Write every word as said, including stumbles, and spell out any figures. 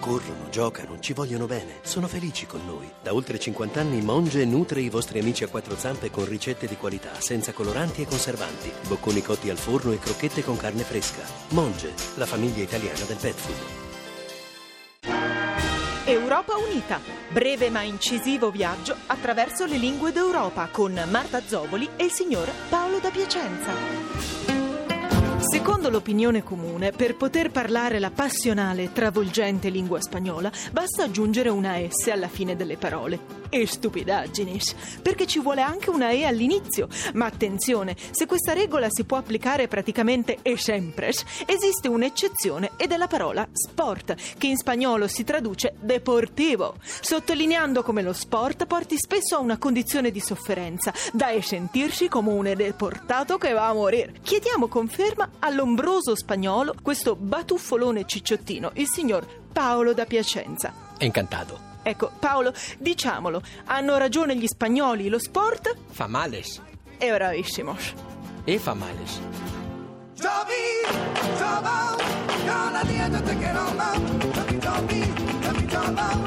corrono, giocano, ci vogliono bene, sono felici con noi. Da oltre cinquanta anni Monge nutre i vostri amici a quattro zampe con ricette di qualità, senza coloranti e conservanti, bocconi cotti al forno e crocchette con carne fresca. Monge, la famiglia italiana del pet food. Europa Unita, breve ma incisivo viaggio attraverso le lingue d'Europa con Marta Zoboli e il signor Paolo da Piacenza. Secondo l'opinione comune, per poter parlare la passionale e travolgente lingua spagnola, basta aggiungere una S alla fine delle parole. E stupidagginis, perché ci vuole anche una E all'inizio. Ma attenzione, se questa regola si può applicare praticamente e sempre, esiste un'eccezione ed è la parola sport, che in spagnolo si traduce deportivo, sottolineando come lo sport porti spesso a una condizione di sofferenza, da sentirsi come un deportato che va a morire. Chiediamo conferma all'ombroso spagnolo, questo batuffolone cicciottino, il signor Paolo da Piacenza. Encantado. Ecco, Paolo, diciamolo, hanno ragione gli spagnoli, lo sport Fa males. è bravissimos. E fa males. Joby, Jobo, con la dieta te quiero más. Joby, Joby, Joby, Jobo.